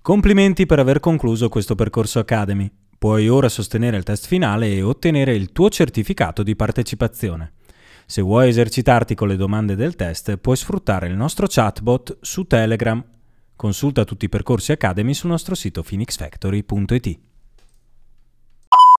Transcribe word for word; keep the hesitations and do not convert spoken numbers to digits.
Complimenti per aver concluso questo percorso Academy. Puoi ora sostenere il test finale e ottenere il tuo certificato di partecipazione. Se vuoi esercitarti con le domande del test, puoi sfruttare il nostro chatbot su Telegram. Consulta tutti i percorsi Academy sul nostro sito phoenix factory punto it.